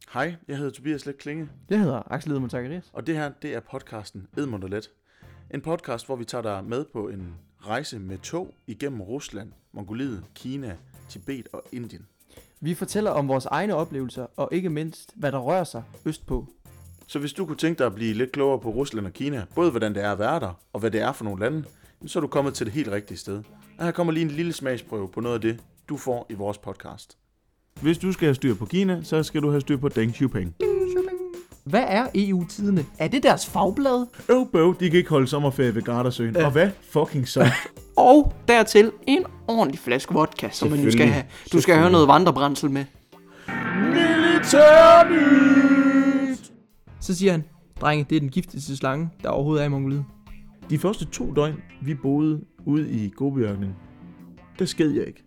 Hej, jeg hedder Tobias Let Klinge. Jeg hedder Axel Edmund Zacharias. Og det her, det er podcasten Edmund og Let. En podcast, hvor vi tager dig med på en rejse med tog igennem Rusland, Mongoliet, Kina, Tibet og Indien. Vi fortæller om vores egne oplevelser, og ikke mindst, hvad der rører sig østpå. Så hvis du kunne tænke dig at blive lidt klogere på Rusland og Kina, både hvordan det er at være der, og hvad det er for nogle lande, så er du kommet til det helt rigtige sted. Og her kommer lige en lille smagsprøve på noget af det, du får i vores podcast. Hvis du skal have styr på Kina, så skal du have styr på Deng Xiaoping. Hvad er EU-tidene? Er det deres fagblad? De kan ikke holde sommerferie ved Gardasøen. Og hvad fucking så? Og dertil en ordentlig flaske vodka, som man nu skal have. Du skal have noget vandrebrændsel med. Militærnyt! Så siger han, drenge, det er den giftigste slange, der overhovedet er i Mongoliet. De første 2 døgn, vi boede ude i Gobiørkenen, der sked jeg ikke.